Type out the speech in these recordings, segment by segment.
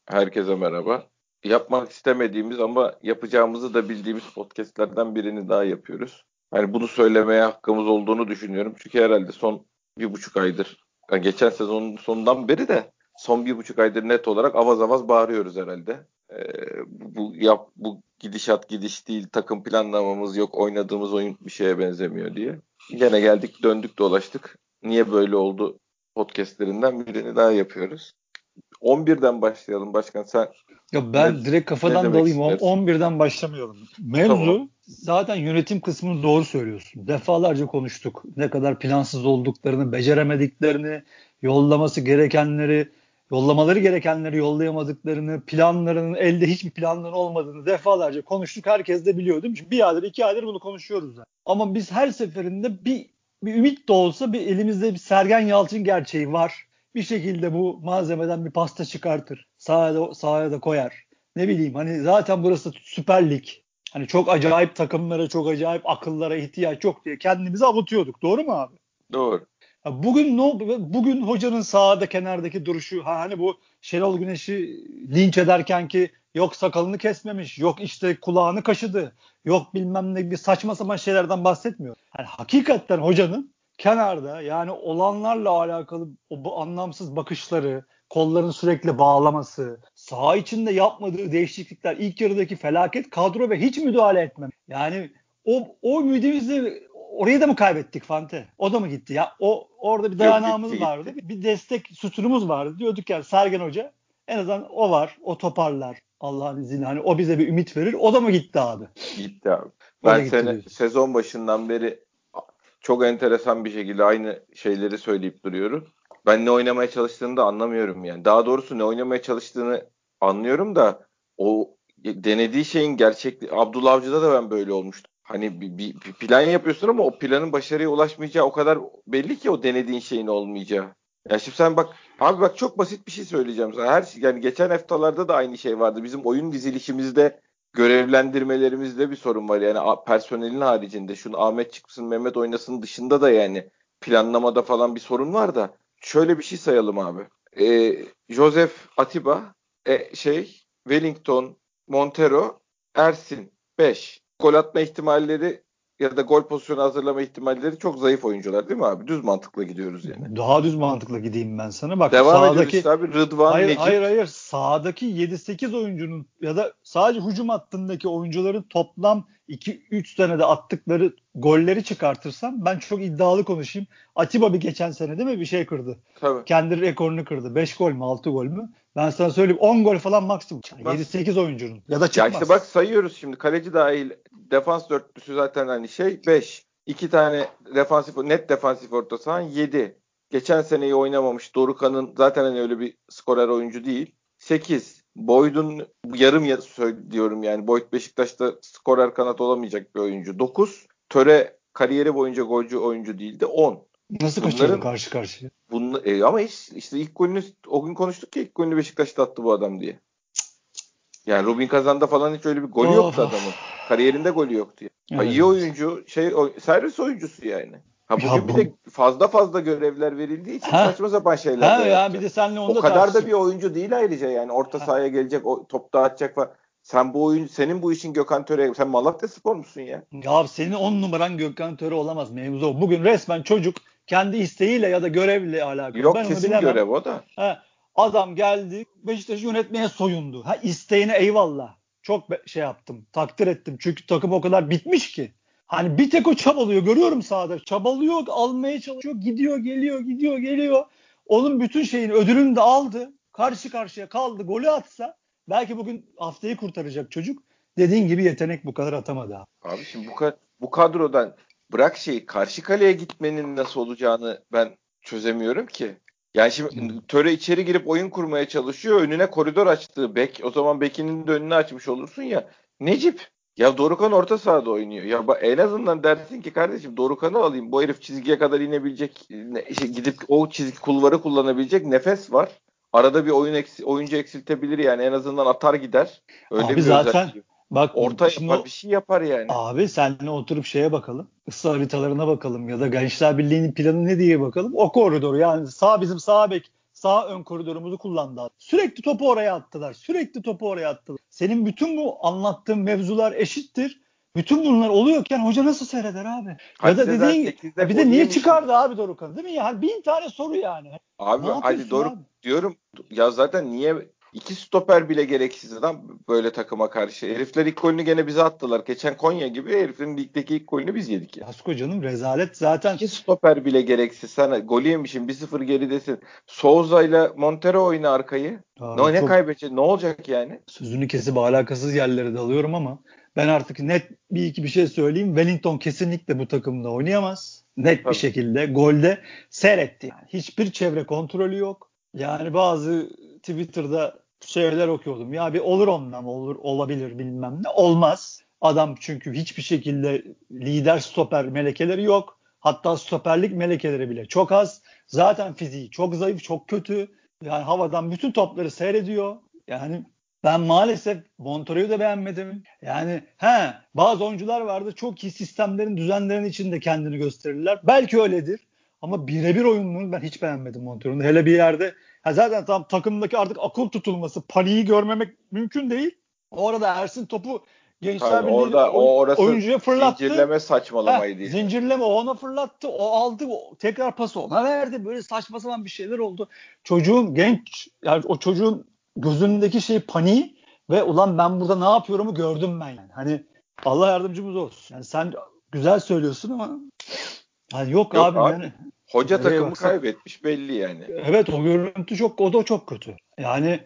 Herkese merhaba. Yapmak istemediğimiz ama yapacağımızı da bildiğimiz podcastlerden birini daha yapıyoruz. Hani bunu söylemeye hakkımız olduğunu düşünüyorum. Çünkü herhalde son 1,5 aydır, yani geçen sezonun sonundan beri de son 1,5 aydır net olarak avaz avaz bağırıyoruz herhalde. Bu gidişat gidiş değil, takım planlamamız yok, oynadığımız oyun bir şeye benzemiyor diye. Gene geldik, döndük, dolaştık. Niye böyle oldu podcastlerinden birini daha yapıyoruz. 11'den başlayalım başkan. Sen Ya ne, ben direkt ne kafadan demek dalayım. istersin? 11'den başlamayalım. Tamam. Mevzu zaten yönetim kısmını doğru söylüyorsun. Defalarca konuştuk. Ne kadar plansız olduklarını, beceremediklerini, yollaması gerekenleri, yollamaları gerekenleri yollayamadıklarını, planlarının elde hiçbir planların olmadığını defalarca konuştuk. Herkes de biliyor değil mi? Çünkü bir aydır, 2 aydır bunu konuşuyoruz zaten. Ama biz her seferinde bir ümit de olsa bir elimizde bir Sergen Yalçın gerçeği var. Bir şekilde bu malzemeden bir pasta çıkartır. Sahaya da koyar. Ne bileyim hani zaten burası Süper Lig. Hani çok acayip takımlara, çok acayip akıllara ihtiyaç yok diye kendimizi avutuyorduk. Doğru mu abi? Doğru. Bugün hocanın sahada kenardaki duruşu hani bu Şenol Güneş'i linç ederken ki yok sakalını kesmemiş, yok işte kulağını kaşıdı, yok bilmem ne bir saçma sapan şeylerden bahsetmiyor. Yani hakikaten hocanın kenarda yani olanlarla alakalı bu anlamsız bakışları, kollarını sürekli bağlaması, saha içinde yapmadığı değişiklikler, ilk yarıdaki felaket kadro ve hiç müdahale etmem. Yani o ümidimizi orayı da mı kaybettik Fante? O da mı gitti? Ya orada bir Yok, gitti dayanağımız vardı. gitti. Bir destek sütunumuz vardı. Diyorduk yani Sergen Hoca en azından o var. O toparlar. Allah'ın izniyle. Hani o bize bir ümit verir. O da mı gitti abi? Gitti abi. O Ben da gitti sene diyorsun. sezon başından beri çok enteresan bir şekilde aynı şeyleri söyleyip duruyorum. Ben ne oynamaya çalıştığını da anlamıyorum yani. Daha doğrusu ne oynamaya çalıştığını anlıyorum da o denediği şeyin gerçekliği. Abdullah Avcı'da da ben böyle olmuştum. Hani bir plan yapıyorsun ama o planın başarıya ulaşmayacağı o kadar belli ki o denediğin şeyin olmayacağı. Ya şimdi sen bak abi, bak çok basit bir şey söyleyeceğim sana. Her şey, yani geçen haftalarda da aynı şey vardı. Bizim oyun dizilişimizde, görevlendirmelerimizde bir sorun var. Yani personelin haricinde şunu Ahmet çıksın Mehmet oynasın dışında da yani planlamada falan bir sorun var da şöyle bir şey sayalım abi. Joseph Atiba, Wellington, Montero, Ersin 5. Gol atma ihtimalleri ya da gol pozisyonu hazırlama ihtimalleri çok zayıf oyuncular değil mi abi? Düz mantıkla gidiyoruz yani. Daha düz mantıkla gideyim ben sana. Bak Devam ediyoruz sağdaki işte abi. Rıdvan, hayır hayır Necip. hayır sağdaki 7-8 oyuncunun ya da sadece hücum hattındaki oyuncuların toplam 2-3 senede attıkları golleri çıkartırsam ben çok iddialı konuşayım. Atiba bir geçen sene değil mi bir şey kırdı. Tabii. Kendi rekorunu kırdı. 5 gol mü 6 gol mü? Ben sana söyleyeyim 10 gol falan maksimum. Çıkmaz. 7-8 oyuncunun ya da Ya işte bak çıkmaz. sayıyoruz şimdi. Kaleci dahil defans dörtlüsü zaten hani 5. 2 tane net defansif orta sahan 7. Geçen seneyi oynamamış Dorukhan'ın zaten hani öyle bir skorer oyuncu değil. 8. Boyd'un diyorum yani. Boyd Beşiktaş'ta skorer kanat olamayacak bir oyuncu. 9. Töre kariyeri boyunca golcü oyuncu değildi. 10. Nasıl kaçırdın Bunların karşı karşıya? ama işte ilk golünü o gün konuştuk ya, ilk golünü Beşiktaş'ta attı bu adam diye. Yani Rubin Kazan'da falan hiç öyle bir golü Of yoktu of. Adamın. Kariyerinde golü yoktu yani. Ha, Evet iyi evet. oyuncu, servis oyuncusu yani. Ha, Ya bugün bir bu de fazla fazla görevler verildiği için ha saçma sapan şeyler de ha ya bir yapacak. de seninle onu O da kadar da tartıştık. bir oyuncu değil ayrıca yani, orta Ha, sahaya gelecek, o top dağıtacak falan. Senin bu işin Gökhan Töre, sen Malatyaspor musun ya? ya senin 10 numaran Gökhan Töre olamaz mevzu o. Bugün resmen çocuk kendi isteğiyle ya da görevle alakalı. Yok, Ben onu kesin bilemem. görev o da. Ha, adam geldi Beşiktaş'ı yönetmeye soyundu. Ha isteğine eyvallah. Çok şey yaptım. Takdir ettim. Çünkü takım o kadar bitmiş ki. Hani bir tek o çabalıyor. Görüyorum sahada. Çabalıyor, almaya çalışıyor. Gidiyor, geliyor, gidiyor, geliyor. Onun bütün şeyin ödülünü de aldı. Karşı karşıya kaldı. Golü atsa belki bugün haftayı kurtaracak çocuk. Dediğin gibi yetenek bu kadar atamadı abi. Abi şimdi bu kadrodan bırak karşı kaleye gitmenin nasıl olacağını ben çözemiyorum ki. Yani Hmm. şimdi Töre içeri girip oyun kurmaya çalışıyor. Önüne koridor açtığı bek. O zaman bekinin de önünü açmış olursun ya. Necip. Ya Dorukhan orta sahada oynuyor. Ya en azından dersin ki kardeşim Dorukhan'ı alayım. Bu herif çizgiye kadar inebilecek, gidip o çizgi kulvarı kullanabilecek nefes var. Arada bir oyuncu eksiltebilir yani. En azından atar gider. Öyle Abi bir zaten özelliği. bak Orta şimdi yapar, bir şey yapar yani. abi seninle oturup şeye bakalım. Isı haritalarına bakalım ya da Gençler Birliği'nin planı ne diye bakalım. O koridoru yani bizim sağ bek sağ ön koridorumuzu kullandı. Sürekli topu oraya attılar. Sürekli topu oraya attılar. Senin bütün bu anlattığın mevzular eşittir. Bütün bunlar oluyorken hoca nasıl seyreder abi? Ya da Hadi sen dediğin 8'de bir de gol niye yemişsin. çıkardı abi Dorukhan, değil mi? Yani 1000 tane soru yani. Ne Abi hadi yapıyorsun doğru abi? diyorum. Ya zaten niye iki stoper bile gereksiz adam böyle takıma karşı. Herifler ilk golünü gene bize attılar. Geçen Konya gibi heriflerin ligdeki ilk golünü biz yedik ya. Yasko canım, rezalet zaten. İki stoper bile gereksiz. Sen golü yemişsin 1-0 geridesin. Souza ile Montero oyna arkayı. Abi Ne çok kaybedecek? Ne olacak yani? sözünü kesip alakasız yerlere dalıyorum ama ben artık net bir şey söyleyeyim. Wellington kesinlikle bu takımda oynayamaz. Net bir Tabii. şekilde golde seyretti. Yani hiçbir çevre kontrolü yok. Yani bazı Twitter'da şeyler okuyordum. Ya bir olur ondan, olur olabilir bilmem ne. Olmaz. Adam çünkü hiçbir şekilde lider stoper melekeleri yok. Hatta stoperlik melekeleri bile çok az. Zaten fiziği çok zayıf, çok kötü. Yani havadan bütün topları seyrediyor. Yani ben maalesef Montero'yu da beğenmedim. Yani bazı oyuncular vardı, çok iyi sistemlerin, düzenlerin içinde kendini gösterirler. Belki öyledir. Ama birebir oyununu ben hiç beğenmedim Montero'nun. Hele bir yerde zaten tam takımdaki artık akıl tutulması, paniği görmemek mümkün değil. O arada Ersin topu Tabii Gençler Birliği orası oyuncuya fırlattı. zincirleme saçmalamaydı yani. Zincirleme o ona fırlattı. O aldı. Tekrar pası ona verdi. Böyle saçma sapan bir şeyler oldu. Yani o çocuğun gözündeki şey paniği ve ulan ben burada ne yapıyorumu gördüm ben yani. Hani Allah yardımcımız olsun. Yani sen güzel söylüyorsun ama hani yok Yok abim abi. yani. Hoca Nereye takımı baksak. kaybetmiş belli yani. Evet, o görüntü o da çok kötü. Yani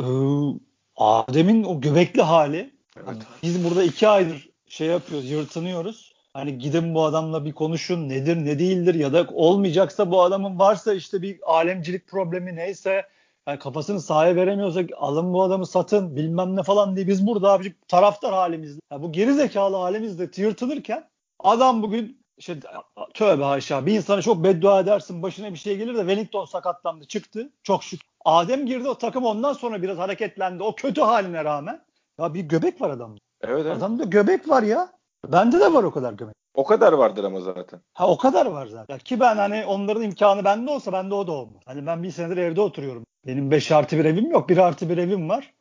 Adem'in o göbekli hali, hani Evet abi. biz burada 2 aydır şey yapıyoruz, yırtınıyoruz. Hani gidin bu adamla bir konuşun, nedir ne değildir, ya da olmayacaksa bu adamın varsa işte bir alemcilik problemi neyse, yani kafasını sahaya veremiyorsa alın bu adamı satın bilmem ne falan diye biz burada abi taraftar halimizde, yani bu geri zekalı halimizde yırtınırken adam bugün işte tövbe haşa, bir insana çok beddua edersin başına bir şey gelir de Wellington sakatlandı çıktı çok şükür. Adem girdi, o takım ondan sonra biraz hareketlendi o kötü haline rağmen. Ya bir göbek var adamda. Evet evet. Adamda göbek var ya. Bende de var o kadar göbek. O kadar vardır ama zaten. O kadar var zaten. Ki ben hani onların imkanı bende olsa bende o da olmaz. Hani ben bir senedir evde oturuyorum. Benim 5+1 evim yok. 1+1 evim var.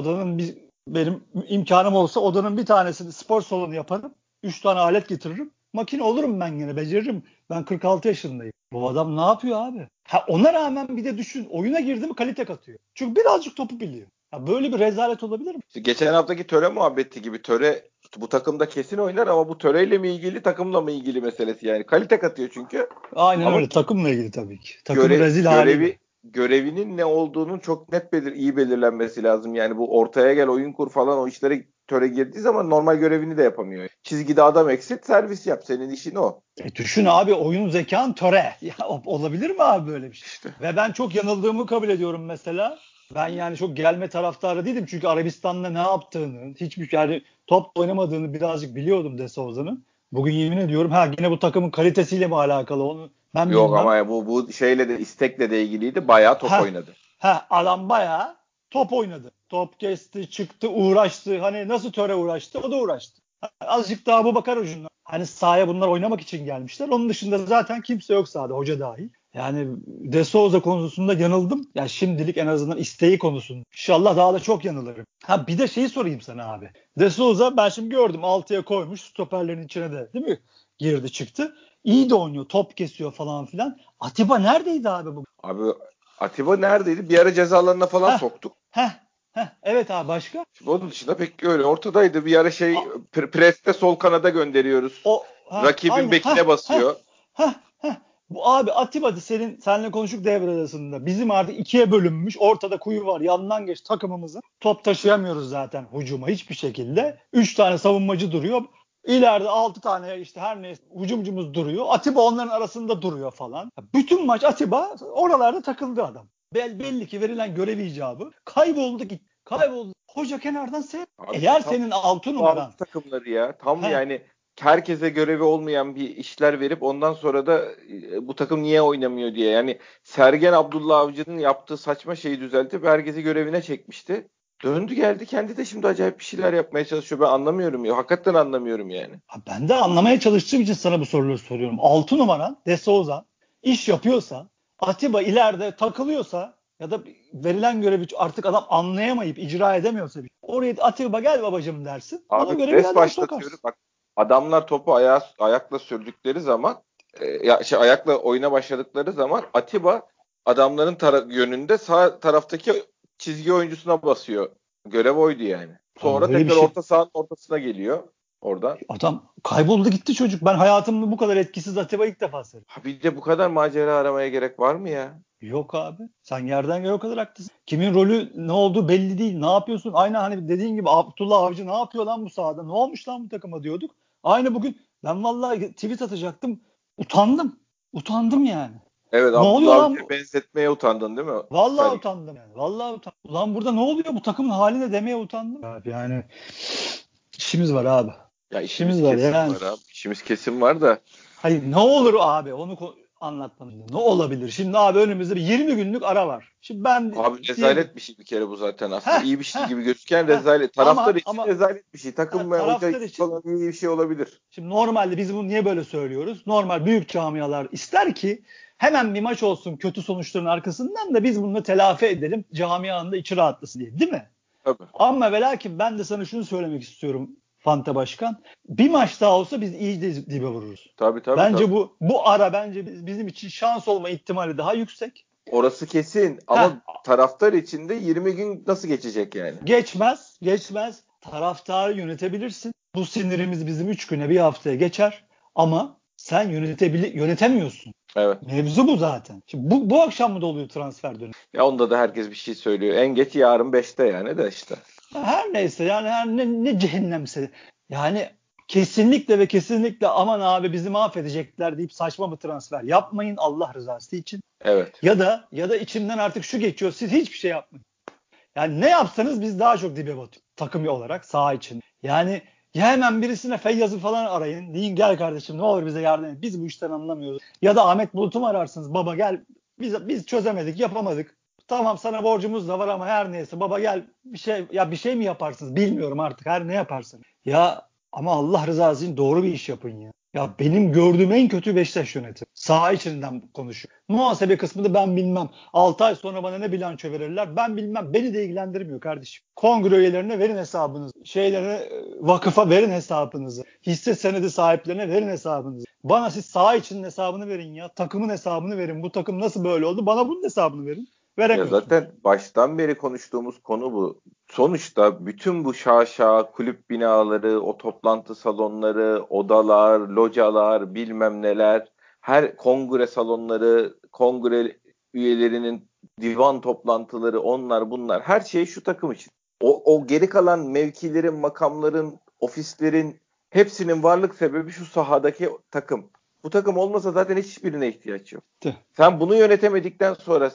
Benim imkanım olsa odanın bir tanesini spor salonu yaparım. 3 tane alet getiririm. Makine olurum ben yine, beceririm. Ben 46 yaşındayım. Bu adam ne yapıyor abi? Ona rağmen bir de düşün, oyuna girdi mi kalite katıyor. Çünkü birazcık topu biliyor. Böyle bir rezalet olabilir mi? İşte geçen haftaki Töre muhabbeti gibi Töre bu takımda kesin oynar ama bu Töre'yle mi ilgili takımla mı ilgili meselesi yani. Kalite katıyor çünkü Aynen ama öyle. Takımla ilgili tabii ki. Takımın rezil haliyle. görevinin ne olduğunun çok net iyi belirlenmesi lazım. Yani bu ortaya gel oyun kur falan o işlere Töre girdiği zaman normal görevini de yapamıyor. Çizgide adam eksit servis yap, senin işin o. Düşün abi, oyun zekan töre. Ya olabilir mi abi böyle bir şey? İşte. Ve ben çok yanıldığımı kabul ediyorum mesela. Ben yani çok gelme taraftarı değilim. Çünkü Arabistan'da ne yaptığını, hiçbir yani top oynamadığını birazcık biliyordum De Souza'nın. Bugün yemin ediyorum yine bu takımın kalitesiyle mi alakalı onu ben Yok bilmem. ama bu şeyle de istekle de ilgiliydi. Bayağı top Ha oynadı. Adam bayağı top oynadı. Top kesti, çıktı, uğraştı. Hani nasıl töre uğraştı, o da uğraştı. Azıcık daha Abubakar ucundan. Hani sahaya bunlar oynamak için gelmişler. Onun dışında zaten kimse yok sahada, hoca dahil. Yani De Souza konusunda yanıldım. Yani şimdilik en azından isteği konusunda. İnşallah daha da çok yanılırım. Bir de şeyi sorayım sana abi. De Souza ben şimdi gördüm 6'ya koymuş. Stoperlerin içine de değil mi? Girdi çıktı. İyi de oynuyor. Top kesiyor falan filan. Atiba neredeydi abi bu? Abi Atiba neredeydi? Bir ara cezalarına falan Heh, soktuk. heh, evet abi, başka? Şimdi onun dışında pek öyle ortadaydı. Bir ara A- preste sol kanada gönderiyoruz. Rakibin Aynı. bekine basıyor. Heh, Bu abi Atiba'dı, seninle konuştuk devre arasında. Bizim artık ikiye bölünmüş. Ortada kuyu var. Yandan geç takımımızın. Top taşıyamıyoruz zaten hücuma hiçbir şekilde. 3 tane savunmacı duruyor. İleride 6 tane işte her neyse hücumcumuz duruyor. Atiba onların arasında duruyor falan. Bütün maç Atiba oralarda takıldı adam. Belli ki verilen görev icabı. Kayboldu gitti. Kayboldu. Hoca kenardan seyret. Abi işte Eğer tam senin 6 numaran altı takımları ya. Tam heh, yani herkese görevi olmayan bir işler verip ondan sonra da bu takım niye oynamıyor diye. Yani Sergen Abdullah Avcı'nın yaptığı saçma şeyi düzeltip herkesi görevine çekmişti. Döndü geldi kendi de şimdi acayip bir şeyler yapmaya çalışıyor. Ben anlamıyorum ya. Hakikaten anlamıyorum yani. Ben de anlamaya çalıştığım için sana bu soruları soruyorum. 6 numaran De Souza iş yapıyorsa, Atiba ileride takılıyorsa ya da verilen görevi artık adam anlayamayıp icra edemiyorsa oraya Atiba gel babacım dersin. Ona Abi göre bir pres yerden başlatıyorum. sokarsın. Bak adamlar topu ayakla sürdükleri zaman ayakla oyuna başladıkları zaman Atiba adamların yönünde sağ taraftaki çizgi oyuncusuna basıyor. Görev oydu yani. Abi Sonra öyle bir tekrar şey. orta sahanın ortasına geliyor oradan. Adam kayboldu gitti çocuk. Ben hayatımda bu kadar etkisiz Atiba ilk defa seyrettim. Ha bir de bu kadar macera aramaya gerek var mı ya? Yok abi. Sen yerden göğe o kadar haklısın. Kimin rolü ne olduğu belli değil. Ne yapıyorsun? Aynı hani dediğin gibi Abdullah Avcı ne yapıyor lan bu sahada? Ne olmuş lan bu takıma diyorduk. Aynı bugün ben vallahi tweet atacaktım. Utandım. Utandım yani. Evet Ne oluyor Abdullah lan Avcı'ya bu? benzetmeye utandın değil mi? Vallahi Sen utandım yani. Vallahi utandım. Ulan burada ne oluyor? Bu takımın haline demeye utandım. Abi yani işimiz var abi. ya işimiz İşimiz var kesin yani. var abi. İşimiz kesin var da Hayır ne olur abi onu anlatmanın. Ne olabilir? Şimdi abi önümüzde bir 20 günlük ara var. Şimdi ben abi diyelim. rezalet bir şey bir kere bu zaten. Aslında Heh, iyi bir şey heh, gibi gözüken heh. rezalet. Taraftar Ama için rezalet bir şey. Takım ve hoca taraftar için için falan iyi bir şey olabilir. şimdi normalde biz bunu niye böyle söylüyoruz? Normal büyük camialar ister ki hemen bir maç olsun kötü sonuçların arkasından da biz bunu telafi edelim. Camianın da içi rahatlasın diye. Değil mi? Tabii. Ama ve lakin ben de sana şunu söylemek istiyorum Fanta Başkan. Bir maç daha olsa biz iyice dibe vururuz. Tabii tabii Bence tabii. bu ara bence bizim için şans olma ihtimali daha yüksek. Orası kesin Heh, ama taraftar için de 20 gün nasıl geçecek yani? geçmez. Taraftarı yönetebilirsin. Bu sinirimiz bizim 3 güne bir haftaya geçer. Ama sen yönetemiyorsun. Evet. Mevzu bu zaten. Şimdi bu akşam mı doluyor transfer dönemi? Ya onda da herkes bir şey söylüyor. En geç yarın 5'te yani de işte. Her neyse yani her ne cehennemse. Yani kesinlikle ve kesinlikle aman abi bizi mahvedecekler deyip saçma bir transfer yapmayın Allah rızası için. Evet. Ya da içimden artık şu geçiyor siz hiçbir şey yapmayın. Yani ne yapsanız biz daha çok dibe batıyoruz. Takım olarak saha için. Yani ya hemen birisine Feyyaz'ı falan arayın. Deyin gel kardeşim ne olur bize yardım et. Biz bu işten anlamıyoruz. Ya da Ahmet Bulut'u mu ararsınız? Baba gel biz çözemedik yapamadık. Tamam sana borcumuz da var ama her neyse baba gel bir şey mi yaparsınız bilmiyorum artık her ne yaparsın. Ya ama Allah rızası için doğru bir iş yapın ya. Ya benim gördüğüm en kötü Beşiktaş yönetimi. Saha içinden konuşuyor. Muhasebe kısmını ben bilmem. 6 ay sonra bana ne bilanço verirler ben bilmem. Beni de ilgilendirmiyor kardeşim. Kongre üyelerine verin hesabınızı. Vakıfa verin hesabınızı. Hisse senedi sahiplerine verin hesabınızı. Bana siz saha içinin hesabını verin ya. Takımın hesabını verin. Bu takım nasıl böyle oldu? Bana bunun hesabını verin. Ya Veremiyorsunuz. zaten baştan beri konuştuğumuz konu bu. Sonuçta bütün bu şaşa, kulüp binaları, o toplantı salonları, odalar, localar, bilmem neler, her kongre salonları, kongre üyelerinin divan toplantıları, onlar bunlar, her şey şu takım için. O geri kalan mevkilerin, makamların, ofislerin hepsinin varlık sebebi şu sahadaki takım. Bu takım olmasa zaten hiçbirine ihtiyaç yok. Sen bunu yönetemedikten sonra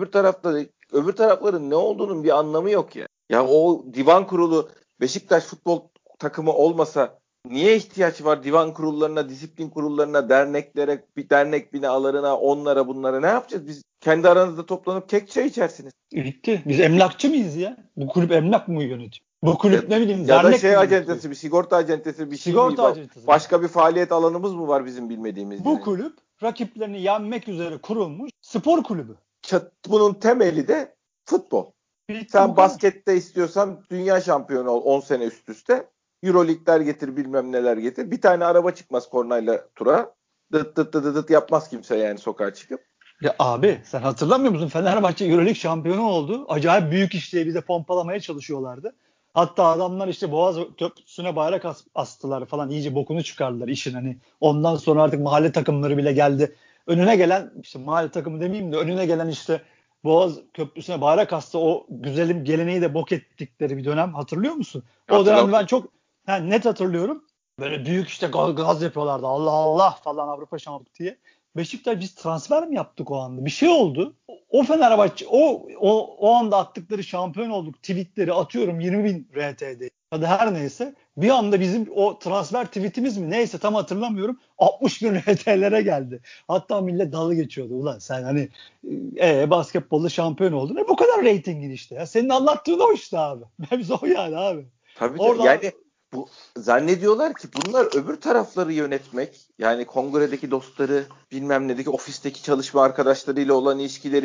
öbür tarafların ne olduğunun bir anlamı yok ya. Ya o divan kurulu Beşiktaş futbol takımı olmasa niye ihtiyaç var divan kurullarına, disiplin kurullarına, derneklere, bir dernek binalarına, onlara bunlara ne yapacağız? Biz kendi aranızda toplanıp tek çay içersiniz. Bitti. Biz emlakçı mıyız ya? Bu kulüp emlak mı yönetiyor? Bu Ya, kulüp ne bileyim ya da dernek mi şey yönetiyor? acentesi, bir sigorta acentesi bir şey mi? Sigorta acentesi mi? Başka bir faaliyet alanımız mı var bizim bilmediğimiz Bu yani? kulüp rakiplerini yenmek üzere kurulmuş spor kulübü. Bunun temeli de futbol. Bitti bu Sen kadar. baskette istiyorsan dünya şampiyonu ol 10 sene üst üste. Euroleague'ler getir bilmem neler getir. Bir tane araba çıkmaz kornayla tura. Dıt dıt dıt dıt yapmaz kimse yani sokağa çıkıp. Ya abi sen hatırlamıyor musun? Fenerbahçe Euroleague şampiyonu oldu. Acayip büyük işleri bize pompalamaya çalışıyorlardı. Hatta adamlar işte Boğaz Köprüsü'ne bayrak astılar falan. İyice bokunu çıkardılar işin hani. Ondan sonra artık mahalle takımları bile geldi. Önüne gelen işte mahalle takımı demeyeyim de önüne gelen işte Boğaz Köprüsü'ne bayrak astı. O güzelim geleneği de bok ettikleri bir dönem hatırlıyor musun? O dönemde ben Hatırlamıyorum. çok net hatırlıyorum. Böyle büyük işte gaz yapıyorlardı. Allah Allah falan Avrupa şampiyonu diye. Beşiktaş biz transfer mi yaptık o anda? Bir şey oldu. O Fenerbahçe o anda attıkları şampiyon olduk tweetleri atıyorum 20 bin RT'de. Hadi her neyse. Bir anda bizim o transfer tweetimiz mi neyse tam hatırlamıyorum. 60 bin RT'lere geldi. Hatta millet dalga geçiyordu. Ulan sen hani basketbolda şampiyon oldun. Bu kadar reytingin işte. Ya. Senin anlattığın o işte abi. Mevzu o yani abi. Tabii Orada yani bu zannediyorlar ki bunlar öbür tarafları yönetmek. Yani kongredeki dostları bilmem nedeki ofisteki çalışma arkadaşlarıyla olan ilişkileri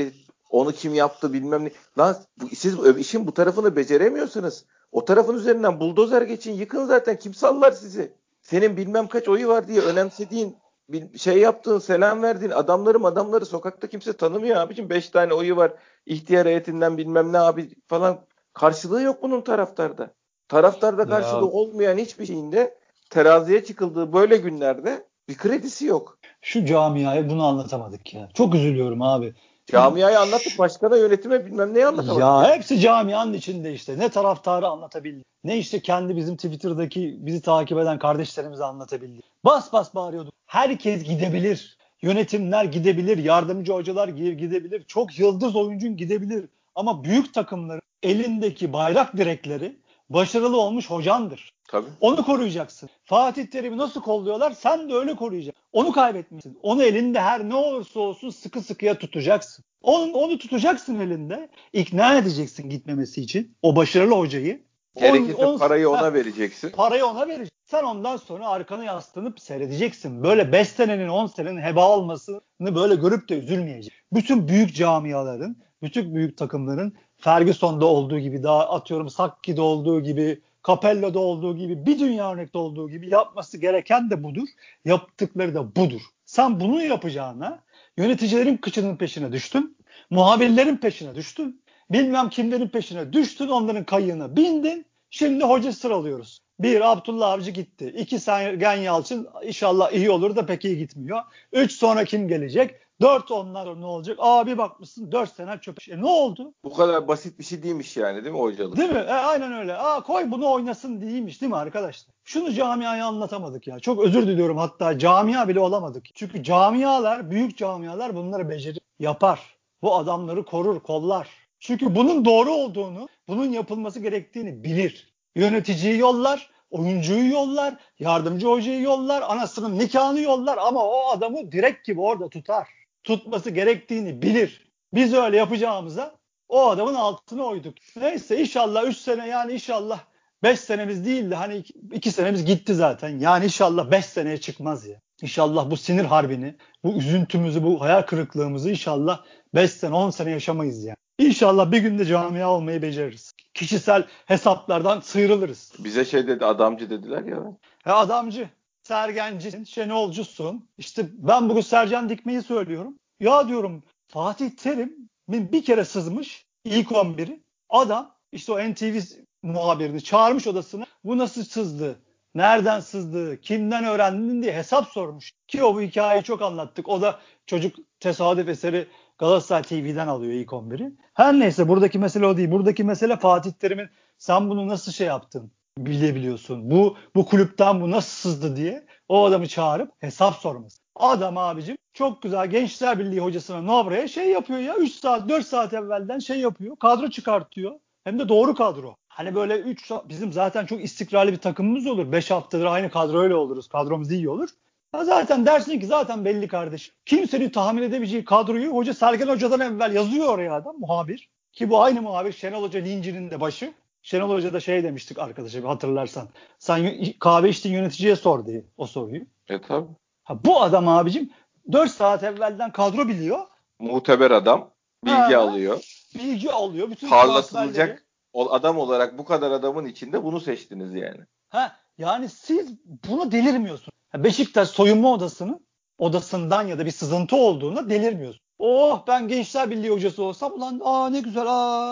Onu kim yaptı bilmem ne. Lan siz işin bu tarafını beceremiyorsunuz. O tarafın üzerinden buldozer geçin, yıkın zaten. Kim sallar sizi? Senin bilmem kaç oyu var diye önemsediğin, şey yaptığın, selam verdiğin adamları sokakta kimse tanımıyor abicim. 5 tane oyu var. İhtiyar heyetinden bilmem ne abi falan. Karşılığı yok bunun taraftarda. Taraftarda Ya karşılığı olmayan hiçbir şeyinde teraziye çıkıldığı böyle günlerde bir kredisi yok. şu camiaya bunu anlatamadık ya. Çok üzülüyorum abi. Camiayı anlattık, başkana, yönetime, bilmem neyi anlatamadık Ya yani. hepsi camianın içinde işte. Ne taraftarı anlatabildi. Ne işte kendi bizim Twitter'daki bizi takip eden kardeşlerimize anlatabildi. Bas bas bağırıyorduk. Herkes gidebilir. Yönetimler gidebilir. Yardımcı hocalar gidebilir. Çok yıldız oyuncun gidebilir. Ama büyük takımların elindeki bayrak direkleri başarılı olmuş hocandır. Tabii. Onu koruyacaksın. Fatih Terim'i nasıl kolluyorlar? Sen de öyle koruyacaksın. Onu kaybetmişsin. Onu elinde her ne olursa olsun sıkı sıkıya tutacaksın. Onu tutacaksın elinde. İkna edeceksin gitmemesi için. O başarılı hocayı. Gerekirse parayı ona vereceksin. Parayı ona vereceksin. Sen ondan sonra arkanı yaslanıp seyredeceksin. Böyle 5 senenin 10 senenin heba olmasını böyle görüp de üzülmeyeceksin. Bütün büyük camiaların, bütün büyük takımların Ferguson'da olduğu gibi, daha atıyorum Sakki'de olduğu gibi, Capello'da olduğu gibi, bir dünya örnekte olduğu gibi yapması gereken de budur. Yaptıkları da budur. Sen bunu yapacağına yöneticilerin kıçının peşine düştün. Muhabirlerin peşine düştün. Bilmem kimlerin peşine düştün. Onların kayığına bindin. Şimdi hoca sıralıyoruz. Bir, Abdullah Avcı gitti. İki, Sergen Yalçın inşallah iyi olur da pek iyi gitmiyor. Üç, sonra kim gelecek? Dört, onlar ne olacak? Bir bakmışsın 4 sene çöp. Ne oldu? Bu kadar basit bir şey değilmiş yani, değil mi hocalık? Değil mi? Aynen öyle. Koy bunu oynasın değilmiş değil mi arkadaşlar? Şunu camiaya anlatamadık ya. Çok özür diliyorum, hatta camia bile olamadık. Çünkü camialar, büyük camialar bunları becerir, yapar. Bu adamları korur, kollar. Çünkü bunun doğru olduğunu, bunun yapılması gerektiğini bilir. Yöneticiyi yollar, oyuncuyu yollar, yardımcı hocayı yollar, anasının nikahını yollar ama o adamı direkt gibi orada tutar. Tutması gerektiğini bilir. Biz öyle yapacağımıza o adamın altına oyduk. Neyse inşallah 3 sene, yani inşallah 5 senemiz değil de hani 2 senemiz gitti zaten. Yani inşallah 5 seneye çıkmaz ya. İnşallah bu sinir harbini, bu üzüntümüzü, bu hayal kırıklığımızı inşallah 5 sene 10 sene yaşamayız yani. İnşallah bir günde camia olmayı beceririz. Kişisel hesaplardan sıyrılırız. Bize şey dedi, adamcı dediler ya. Adamcı, Sergencisin, Şenolcusun. İşte ben bugün Sercan Dikme'yi söylüyorum. Ya diyorum, Fatih Terim'in bir kere sızmış ilk 11'i. Adam işte o NTV muhabirini çağırmış odasına. Bu nasıl sızdı? Nereden sızdı? Kimden öğrendin diye hesap sormuş. Ki o bu hikayeyi çok anlattık. O da çocuk tesadüf eseri Galatasaray TV'den alıyor ilk 11'i. Her neyse, buradaki mesele o değil. Buradaki mesele Fatih Terim'in sen bunu nasıl şey yaptın bilebiliyorsun. Bu kulüpten bu nasıl sızdı diye o adamı çağırıp hesap sorması. Adam abicim çok güzel Gençler Birliği hocasına Novra'ya şey yapıyor ya, 3 saat 4 saat evvelden şey yapıyor. Kadro çıkartıyor. Hem de doğru kadro. Hani böyle bizim zaten çok istikrarlı bir takımımız olur. 5 haftadır aynı kadroyla oluruz. Kadromuz iyi olur. Zaten dersin ki zaten belli kardeşim. Kimsenin tahmin edebileceği kadroyu hoca Sergen Hoca'dan evvel yazıyor oraya adam, muhabir. Ki bu aynı muhabir Şenol Hoca lincinin de başı. Şenol Hoca da şey demiştik arkadaşa, hatırlarsan. Sen kahve içtiğin yöneticiye sor diye o soruyu. Tabii. Bu adam abicim 4 saat evvelden kadro biliyor. Muteber adam. Bilgi Ha, alıyor. bilgi alıyor. Bütün transferleri. Parlatılacak adam olarak bu kadar adamın içinde bunu seçtiniz yani. Yani siz bunu delirmiyorsunuz. Beşiktaş soyunma odasından ya da bir sızıntı olduğunda delirmiyorsun. Ben Gençler Birliği hocası olsam ulan ne güzel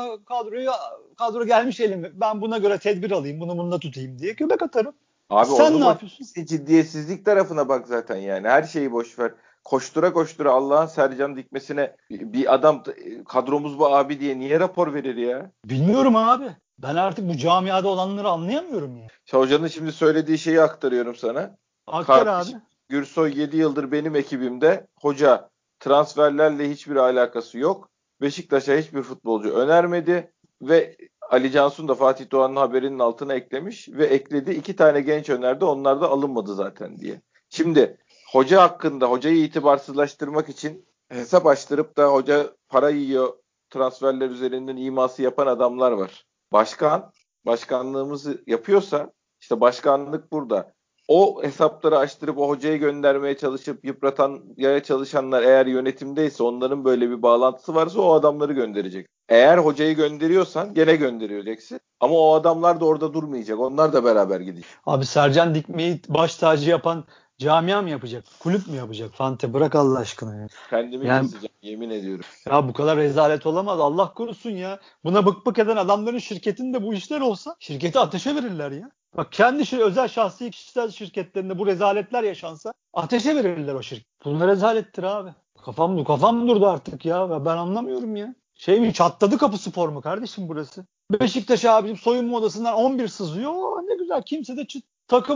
kadro gelmiş elime. Ben buna göre tedbir alayım, bunu bununla tutayım diye göbek atarım. Abi Sen onu ne boş, yapıyorsun? ciddiyetsizlik tarafına bak zaten yani. Her şeyi boş ver. Koştura koştura Allah'ın Sercan Dikmesi'ne bir adam kadromuz bu abi diye niye rapor verir ya? Bilmiyorum abi. Ben artık bu camiada olanları anlayamıyorum ya. Hocanın şimdi söylediği şeyi aktarıyorum sana. Aktar abi. Kardeşim Gürsoy 7 yıldır benim ekibimde. Hoca transferlerle hiçbir alakası yok. Beşiktaş'a hiçbir futbolcu önermedi ve Ali Cansun da Fatih Doğan'ın haberinin altına eklemiş ve ekledi. 2 tane genç önerdi. Onlar da alınmadı zaten diye. Şimdi hoca hakkında, hocayı itibarsızlaştırmak için hesap açtırıp da hoca para yiyor transferler üzerinden iması yapan adamlar var. Başkanlığımızı yapıyorsa, işte başkanlık burada. o hesapları açtırıp o hocayı göndermeye çalışıp yıpratmaya çalışanlar eğer yönetimdeyse, onların böyle bir bağlantısı varsa o adamları gönderecek. Eğer hocayı gönderiyorsan gene göndereceksin. Ama o adamlar da orada durmayacak. Onlar da beraber gidecek. Abi Sercan Dikme'yi baş tacı yapan camia mı yapacak? Kulüp mü yapacak? Fante bırak Allah aşkına ya. Kendimi Yani keseceğim, yemin ediyorum. ya bu kadar rezalet olamaz. Allah korusun ya. Buna bık bık eden adamların şirketinde bu işler olsa şirketi ateşe verirler ya. Bak kendi özel şahsi kişisel şirketlerinde bu rezaletler yaşansa ateşe verirler o şirket. Bunlar rezalettir abi. Kafam durdu artık ya. Ben anlamıyorum ya. Şey mi çatladı kapı spor mu kardeşim burası? Beşiktaş abicim soyunma odasından 11 sızıyor. Ne güzel kimse de çıt. Takım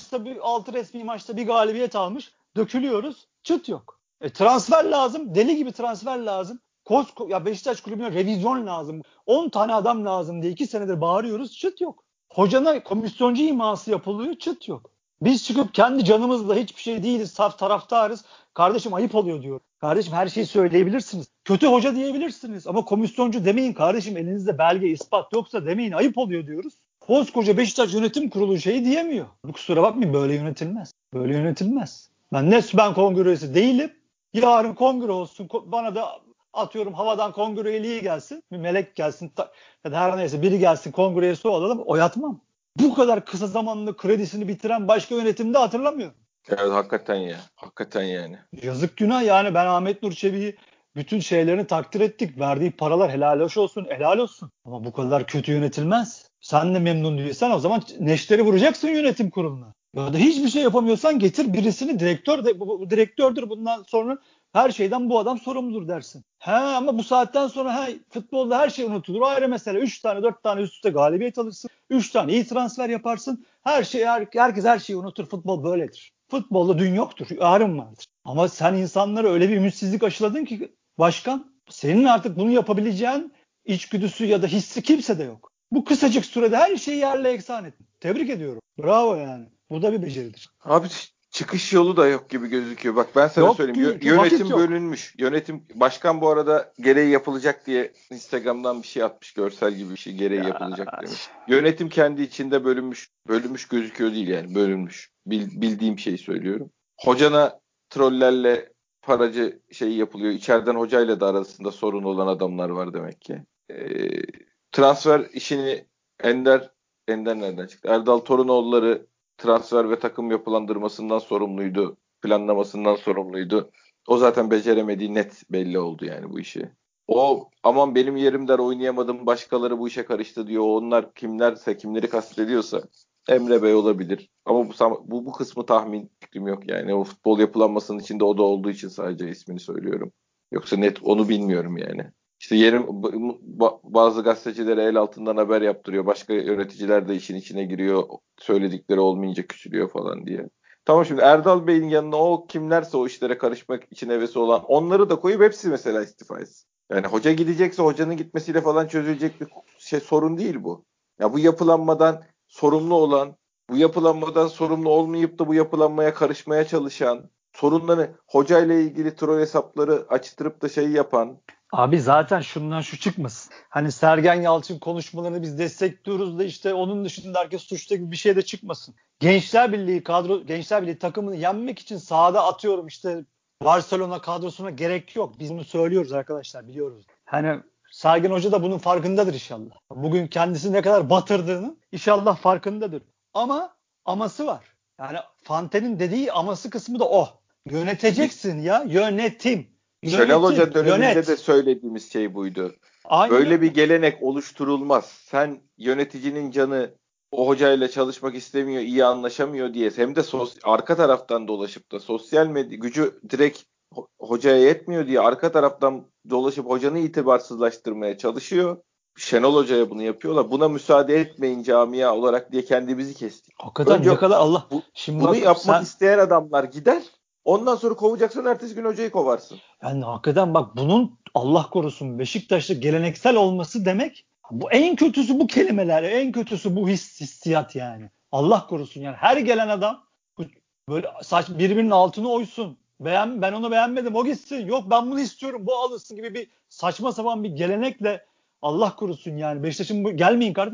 6 resmi maçta bir galibiyet almış. Dökülüyoruz. Çıt yok. Transfer lazım. Deli gibi transfer lazım. Ya Beşiktaş kulübüne revizyon lazım. 10 tane adam lazım diye 2 senedir bağırıyoruz. Çıt yok. Hocana komisyoncu iması yapılıyor. Çıt yok. Biz çıkıp kendi canımızla hiçbir şey değiliz. Saf taraftarız. Kardeşim ayıp oluyor diyor. Kardeşim her şeyi söyleyebilirsiniz. Kötü hoca diyebilirsiniz. Ama komisyoncu demeyin kardeşim. Elinizde belge, ispat yoksa demeyin. Ayıp oluyor diyoruz. Koskoca Beşiktaş Yönetim Kurulu şeyi diyemiyor. Kusura bakmayın böyle yönetilmez. Böyle yönetilmez. Ben kongre üyesi değilim. Yarın kongre olsun. Bana da atıyorum havadan kongre üyeliği gelsin. Bir melek gelsin. Ya da her neyse biri gelsin kongre üyesi olalım. Oyatmam. Bu kadar kısa zamanlı kredisini bitiren başka yönetimde hatırlamıyorum. Evet, hakikaten ya. Hakikaten yani. Yazık günah yani ben Ahmet Nur Çebi'yi bütün şeylerini takdir ettik. Verdiği paralar helal hoş olsun, helal olsun. Ama bu kadar kötü yönetilmez. Sen de memnun değilsen o zaman neşteri vuracaksın yönetim kuruluna. Ya da hiçbir şey yapamıyorsan getir birisini bu direktördür bundan sonra her şeyden bu adam sorumludur dersin. Ama bu saatten sonra futbolda her şey unutulur. O ayrı mesele. 3 tane 4 tane üst üste galibiyet alırsın. 3 tane iyi transfer yaparsın. Herkes her şeyi unutur. Futbol böyledir. Futbolda dün yoktur. Yarın vardır. Ama sen insanlara öyle bir ümitsizlik aşıladın ki başkan senin artık bunu yapabileceğin içgüdüsü ya da hissi kimse de yok. Bu kısacık sürede her şeyi yerle eksan ettin. Tebrik ediyorum. Bravo yani. Bu da bir beceridir. Abi çıkış yolu da yok gibi gözüküyor. Bak ben sana Yok söyleyeyim. ki vakit Yönetim yok. bölünmüş. Başkan bu arada gereği yapılacak diye Instagram'dan bir şey atmış. Görsel gibi bir şey gereği Ya, yapılacak demiş. Yönetim kendi içinde bölünmüş. Bölünmüş gözüküyor değil yani. Bölünmüş. Bildiğim şeyi söylüyorum. Hocana trollerle paracı şeyi yapılıyor. İçeriden hocayla da arasında sorun olan adamlar var demek ki. Transfer işini Ender nereden çıktı? Erdal Torunoğulları transfer ve takım yapılandırmasından sorumluydu. Planlamasından sorumluydu. O zaten beceremediği net belli oldu yani bu işi. O aman benim yerimden oynayamadım, başkaları bu işe karıştı diyor. Onlar kimleri kastediyorsa Emre Bey olabilir. Ama bu kısmı tahmin fikrim yok yani. O futbol yapılanmasının içinde o da olduğu için sadece ismini söylüyorum. Yoksa net onu bilmiyorum yani. İşte bazı gazetecilere el altından haber yaptırıyor. Başka yöneticiler de işin içine giriyor. Söyledikleri olmayınca küçülüyor falan diye. Tamam, şimdi Erdal Bey'in yanına o kimlerse o işlere karışmak için hevesi olan onları da koyup hepsi mesela istifa etsin. Yani hoca gidecekse hocanın gitmesiyle falan çözülecek bir sorun değil bu. Ya bu yapılanmadan sorumlu olan, bu yapılanmadan sorumlu olmayıp da bu yapılanmaya karışmaya çalışan, sorunları hocayla ilgili troll hesapları açtırıp da yapan. Abi zaten şundan şu çıkmasın. Hani Sergen Yalçın konuşmalarını biz destekliyoruz da işte onun dışında herkes suçlu gibi bir şey de çıkmasın. Gençler Birliği takımını yenmek için sahada atıyorum işte Barcelona kadrosuna gerek yok. Biz bunu söylüyoruz arkadaşlar biliyoruz. Hani Sergen Hoca da bunun farkındadır inşallah. Bugün kendisi ne kadar batırdığını inşallah farkındadır. Aması var. Yani Fante'nin dediği aması kısmı da o. Yöneteceksin ya. Yönetim. Şenol Yönetim. Hoca döneminde de Yönet. söylediğimiz şey buydu. Aynen Böyle bir öyle. gelenek oluşturulmaz. Sen yöneticinin canı o hocayla çalışmak istemiyor, iyi anlaşamıyor diye hem de arka taraftan dolaşıp da sosyal medya gücü direkt hocaya yetmiyor diye arka taraftan dolaşıp hocanı itibarsızlaştırmaya çalışıyor. Şenol Hoca'ya bunu yapıyorlar. Buna müsaade etmeyin camia olarak diye kendimizi kestik. Hakikaten Önce ne kadar Allah. Şimdi bunu bak yapmak sen isteyen adamlar gider. Ondan sonra kovacaksan ertesi gün hocayı kovarsın. yani hakikaten bak bunun Allah korusun Beşiktaş'ta geleneksel olması demek bu en kötüsü bu kelimeler. En kötüsü bu hissiyat yani. Allah korusun yani her gelen adam böyle birbirinin altını oysun. Ben onu beğenmedim o gitsin. Yok ben bunu istiyorum bu alınsın gibi bir saçma sapan bir gelenekle Allah korusun yani. Beşiktaş'ın gelmeyin kardeşim.